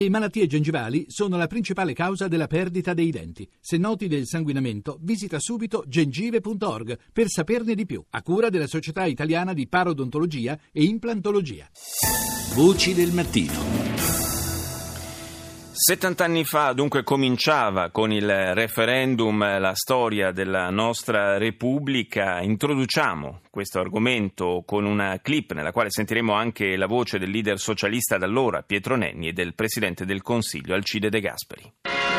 Le malattie gengivali sono la principale causa della perdita dei denti. Se noti del sanguinamento, visita subito gengive.org per saperne di più, a cura della Società Italiana di Parodontologia e Implantologia. Voci del mattino. 70 anni fa dunque cominciava con il referendum la storia della nostra Repubblica. Introduciamo questo argomento con una clip nella quale sentiremo anche la voce del leader socialista d'allora Pietro Nenni e del presidente del Consiglio Alcide De Gasperi.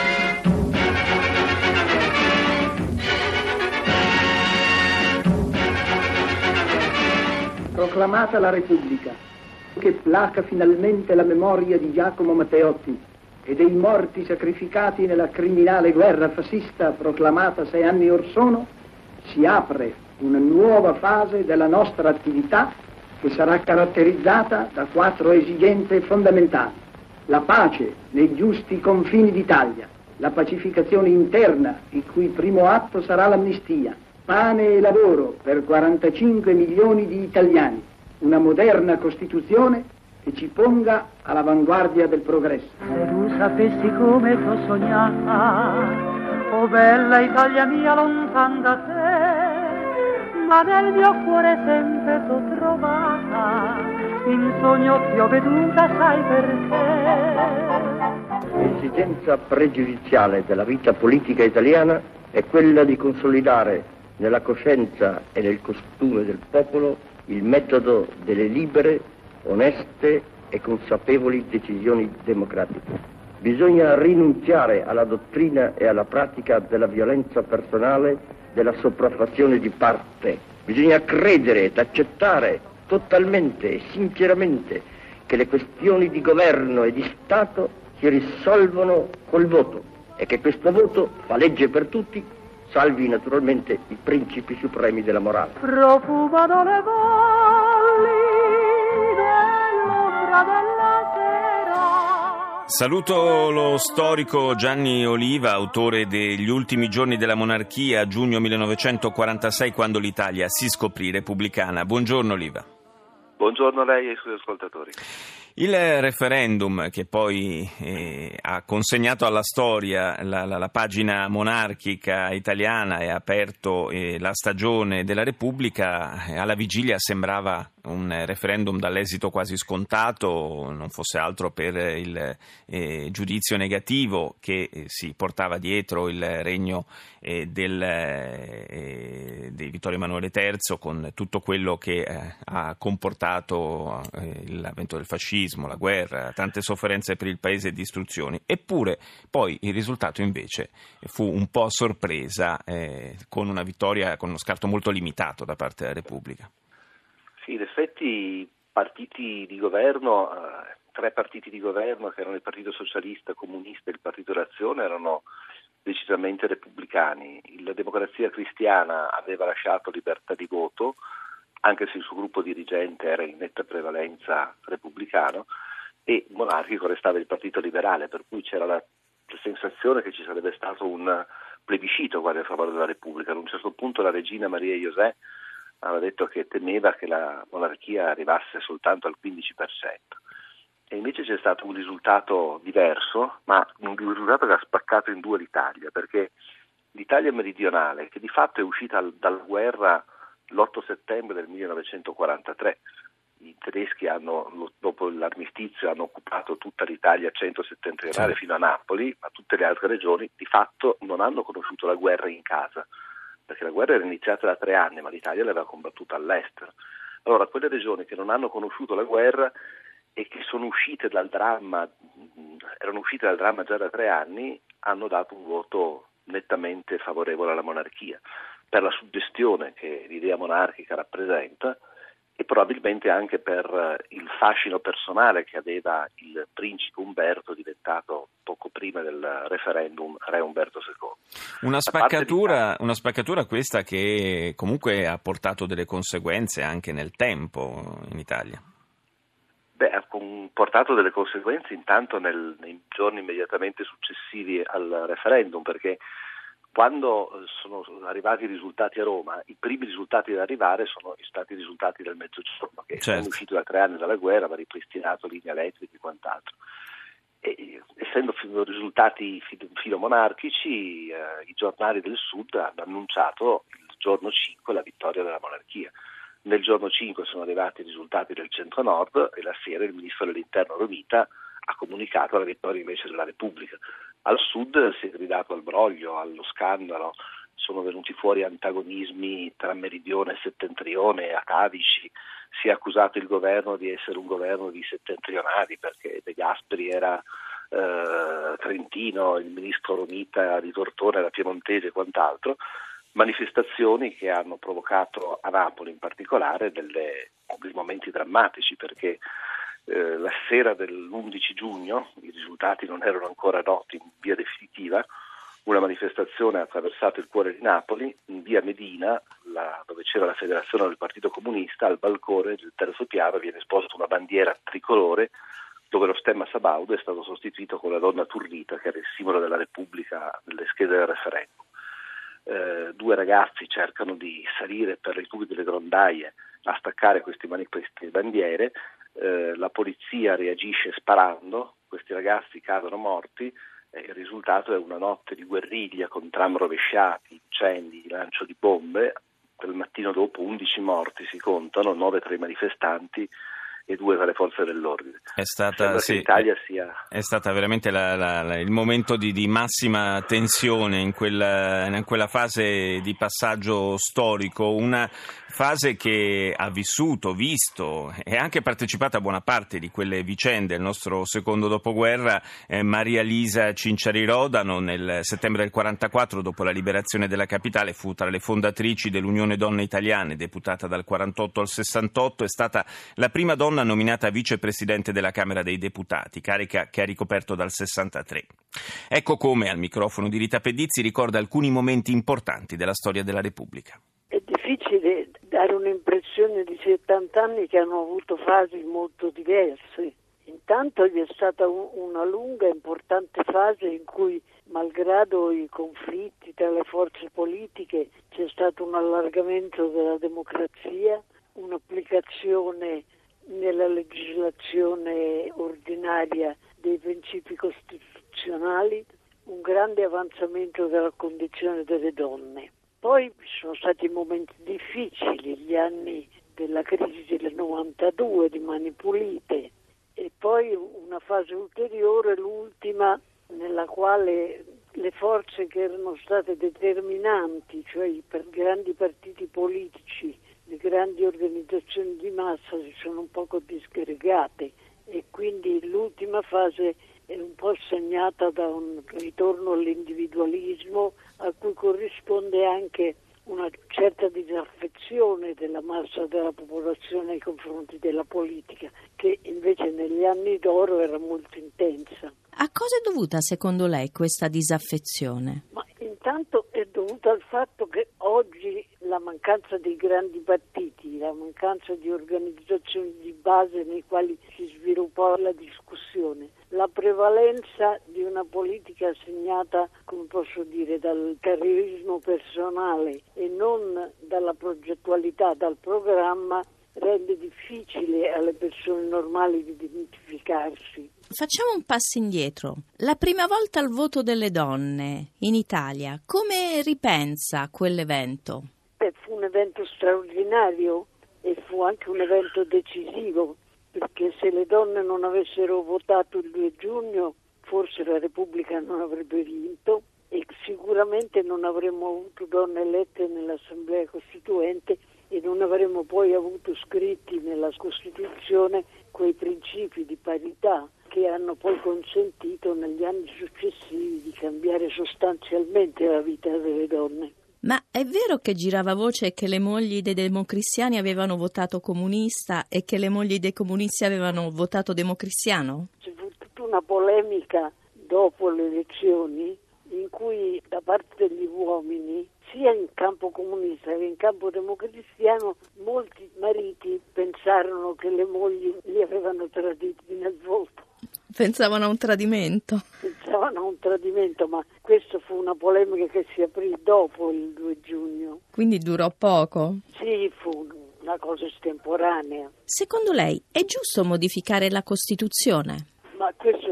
Proclamata la Repubblica, che placa finalmente la memoria di Giacomo Matteotti e dei morti sacrificati nella criminale guerra fascista proclamata 6 anni or sono, si apre una nuova fase della nostra attività che sarà caratterizzata da 4 esigenze fondamentali: la pace nei giusti confini d'Italia, la pacificazione interna, il cui primo atto sarà l'amnistia, pane e lavoro per 45 milioni di italiani, una moderna Costituzione che ci ponga all'avanguardia del progresso. Se tu sapessi come t'ho sognata, oh bella Italia mia lontana da te, ma nel mio cuore sempre t'ho trovata, in sogno ti ho veduta, sai perché. L'esigenza pregiudiziale della vita politica italiana è quella di consolidare nella coscienza e nel costume del popolo il metodo delle libere, oneste e consapevoli decisioni democratiche. Bisogna rinunziare alla dottrina e alla pratica della violenza personale, della sopraffazione di parte. Bisogna credere ed accettare totalmente e sinceramente che le questioni di governo e di Stato si risolvono col voto e che questo voto fa legge per tutti, salvi naturalmente i principi supremi della morale. Profumano le valli della sera. Saluto lo storico Gianni Oliva, autore degli ultimi giorni della monarchia, giugno 1946, quando l'Italia si scoprì repubblicana. Buongiorno Oliva. Buongiorno a lei e ai suoi ascoltatori. Il referendum che poi ha consegnato alla storia la pagina monarchica italiana e ha aperto la stagione della Repubblica, alla vigilia sembrava un referendum dall'esito quasi scontato, non fosse altro per il giudizio negativo che si portava dietro il regno di Vittorio Emanuele III, con tutto quello che ha comportato l'avvento del fascismo, la guerra, tante sofferenze per il paese e distruzioni. Eppure poi il risultato invece fu un po' a sorpresa, con una vittoria con uno scarto molto limitato da parte della Repubblica. Sì, in effetti i partiti di governo, 3 partiti di governo che erano il Partito Socialista, Comunista e il Partito d'Azione, erano decisamente repubblicani. La Democrazia Cristiana aveva lasciato libertà di voto, anche se il suo gruppo dirigente era in netta prevalenza repubblicano, e monarchico restava il Partito Liberale, per cui c'era la sensazione che ci sarebbe stato un plebiscito quasi a favore della Repubblica. Ad un certo punto la regina Maria José aveva detto che temeva che la monarchia arrivasse soltanto al 15%. E invece c'è stato un risultato diverso, ma un risultato che ha spaccato in 2 l'Italia, perché l'Italia meridionale, che di fatto è uscita dalla guerra l'8 settembre del 1943, i tedeschi dopo l'armistizio hanno occupato tutta l'Italia centro-settentrionale fino a Napoli, ma tutte le altre regioni di fatto non hanno conosciuto la guerra in casa, perché la guerra era iniziata da 3 anni, ma l'Italia l'aveva combattuta all'estero. Allora, quelle regioni che non hanno conosciuto la guerra e che erano uscite dal dramma già da 3 anni, hanno dato un voto nettamente favorevole alla monarchia, per la suggestione che l'idea monarchica rappresenta e probabilmente anche per il fascino personale che aveva il principe Umberto, diventato poco prima del referendum re Umberto II. Una spaccatura questa che comunque ha portato delle conseguenze anche nel tempo in Italia. Ha comportato delle conseguenze intanto nei giorni immediatamente successivi al referendum, perché quando sono arrivati i risultati a Roma, i primi risultati da arrivare sono stati i risultati del Mezzogiorno, che è uscito da 3 anni dalla guerra, aveva ripristinato linee elettriche e quant'altro. E, essendo risultati filomonarchici, i giornali del Sud hanno annunciato il giorno 5 la vittoria della monarchia. Nel giorno 5 sono arrivati i risultati del centro-nord e la sera il ministro dell'interno Romita ha comunicato la vittoria invece della Repubblica. Al Sud si è gridato al broglio, allo scandalo, sono venuti fuori antagonismi tra meridione e settentrione, atavici, si è accusato il governo di essere un governo di settentrionali perché De Gasperi era trentino, il ministro Romita di Tortona era piemontese e quant'altro, manifestazioni che hanno provocato a Napoli in particolare dei momenti drammatici perché la sera dell'11 giugno, i risultati non erano ancora noti in via definitiva, una manifestazione ha attraversato il cuore di Napoli, in via Medina, dove c'era la federazione del Partito Comunista, al balcone del terzo piano viene esposta una bandiera tricolore dove lo stemma sabaudo è stato sostituito con la donna turrita che era il simbolo della Repubblica nelle schede del referendum. Due ragazzi cercano di salire per i tubi delle grondaie a staccare queste bandiere, la polizia reagisce sparando, questi ragazzi cadono morti. Il risultato è una notte di guerriglia con tram rovesciati, incendi, lancio di bombe. Il mattino dopo 11 morti si contano, 9 tra i manifestanti e 2 tra le forze dell'ordine. È stata veramente il momento di massima tensione in quella fase di passaggio storico, una fase che ha visto e anche partecipato a buona parte di quelle vicende. Il nostro secondo dopoguerra, Maria Lisa Cinciari-Rodano, nel settembre del 1944, dopo la liberazione della capitale, fu tra le fondatrici dell'Unione Donne Italiane, deputata dal 1948 al 1968, è stata la prima donna nominata vicepresidente della Camera dei Deputati, carica che ha ricoperto dal 1963. Ecco come, al microfono di Rita Pedizzi, ricorda alcuni momenti importanti della storia della Repubblica. È difficile dare un'impressione di 70 anni che hanno avuto fasi molto diverse. Intanto vi è stata una lunga e importante fase in cui, malgrado i conflitti tra le forze politiche, c'è stato un allargamento della democrazia, un'applicazione nella legislazione ordinaria dei principi costituzionali, un grande avanzamento della condizione delle donne. Poi ci sono stati momenti difficili, gli anni della crisi del 92 di Mani Pulite, e poi una fase ulteriore, l'ultima, nella quale le forze che erano state determinanti, cioè i grandi partiti politici, le grandi organizzazioni di massa, si sono un poco disgregate, e quindi l'ultima fase è un po' segnata da un ritorno all'individualismo a cui corrisponde anche una certa disaffezione della massa della popolazione nei confronti della politica, che invece negli anni d'oro era molto intensa. A cosa è dovuta secondo lei questa disaffezione? Ma intanto è dovuta al fatto che oggi la mancanza dei grandi partiti, la mancanza di organizzazioni di base nei quali si sviluppò la discussione, la prevalenza di una politica segnata, come posso dire, dal carrierismo personale e non dalla progettualità, dal programma, rende difficile alle persone normali di identificarsi. Facciamo un passo indietro. La prima volta al voto delle donne in Italia, come ripensa a quell'evento? Fu un evento straordinario e fu anche un evento decisivo, perché se le donne non avessero votato il 2 giugno, forse la Repubblica non avrebbe vinto e sicuramente non avremmo avuto donne elette nell'Assemblea Costituente e non avremmo poi avuto scritti nella Costituzione quei principi di parità che hanno poi consentito negli anni successivi di cambiare sostanzialmente la vita delle donne. Ma è vero che girava voce che le mogli dei democristiani avevano votato comunista e che le mogli dei comunisti avevano votato democristiano? C'è fu tutta una polemica dopo le elezioni in cui da parte degli uomini, sia in campo comunista che in campo democristiano, molti mariti pensarono che le mogli li avevano traditi nel voto. Pensavano a un tradimento. Pensavano a un tradimento, ma questa fu una polemica che si aprì dopo il 2 giugno. Quindi durò poco? Sì, fu una cosa estemporanea. Secondo lei è giusto modificare la Costituzione? Ma questo è un discorso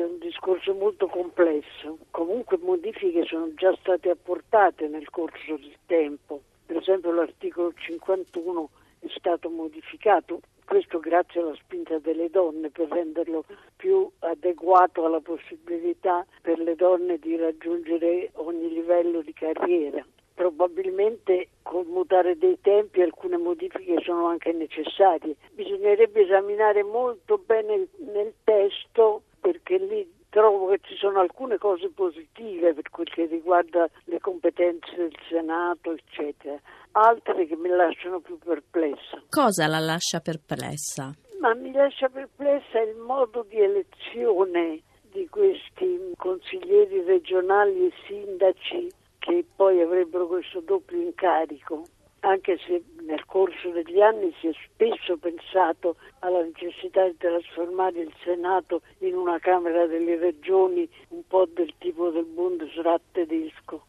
discorso molto complesso. Comunque modifiche sono già state apportate nel corso del tempo. Per esempio l'articolo 51 è stato modificato, questo grazie alla spinta delle donne, per renderlo più adeguato alla possibilità per le donne di raggiungere ogni livello di carriera. Probabilmente col mutare dei tempi alcune modifiche sono anche necessarie. Bisognerebbe esaminare molto bene nel testo, perché lì trovo che ci sono alcune cose positive per quel che riguarda le competenze del Senato, eccetera, altre che mi lasciano più perplessa. Cosa la lascia perplessa? Ma mi lascia perplessa il modo di elezione di questi consiglieri regionali e sindaci che poi avrebbero questo doppio incarico, anche se nel corso degli anni si è spesso pensato alla necessità di trasformare il Senato in una Camera delle Regioni un po' del tipo del Bundesrat tedesco.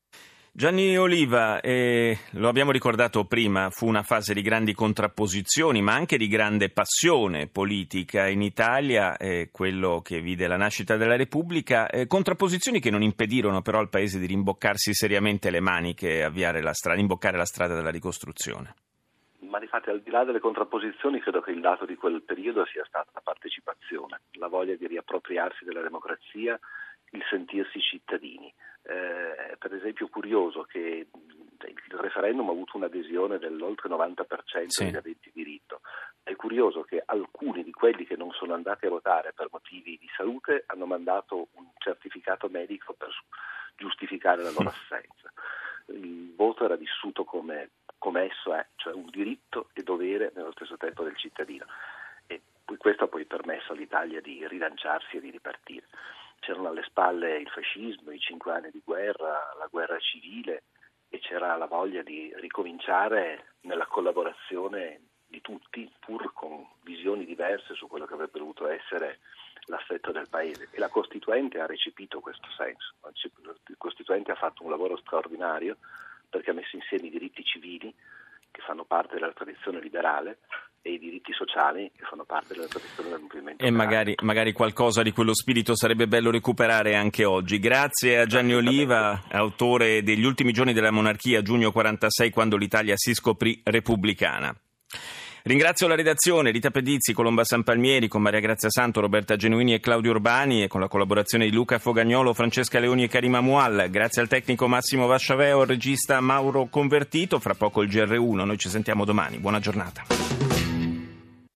Gianni Oliva, lo abbiamo ricordato prima, fu una fase di grandi contrapposizioni, ma anche di grande passione politica in Italia, quello che vide la nascita della Repubblica, contrapposizioni che non impedirono però al Paese di rimboccarsi seriamente le maniche e imboccare la strada della ricostruzione. Ma difatti, al di là delle contrapposizioni, credo che il dato di quel periodo sia stata la partecipazione, la voglia di riappropriarsi della democrazia, il sentirsi cittadini. Per esempio è curioso che il referendum ha avuto un'adesione dell'oltre 90% degli aventi diritto. È curioso che alcuni di quelli che non sono andati a votare per motivi di salute hanno mandato un certificato medico per giustificare la loro assenza. Il voto era vissuto come esso è, cioè un diritto e dovere nello stesso tempo del cittadino. E questo ha poi permesso all'Italia di rilanciarsi e di ripartire. C'erano alle spalle il fascismo, i 5 anni di guerra, la guerra civile, e c'era la voglia di ricominciare nella collaborazione di tutti, pur con visioni diverse su quello che avrebbe dovuto essere l'assetto del Paese. E la Costituente ha recepito questo senso. La Costituente ha fatto un lavoro straordinario perché ha messo insieme i diritti civili, che fanno parte della tradizione liberale, e i diritti sociali che fanno parte della tradizione del movimento. E magari qualcosa di quello spirito sarebbe bello recuperare anche oggi. Grazie a Gianni Oliva, autore degli ultimi giorni della monarchia, giugno 46, quando l'Italia si scoprì repubblicana. Ringrazio la redazione, Rita Pedizzi, Colomba Sanpalmieri, con Maria Grazia Santo, Roberta Genuini e Claudio Urbani, e con la collaborazione di Luca Fogagnolo, Francesca Leoni e Karima Mual. Grazie al tecnico Massimo Vasciaveo, al regista Mauro Convertito. Fra poco il GR1, noi ci sentiamo domani. Buona giornata.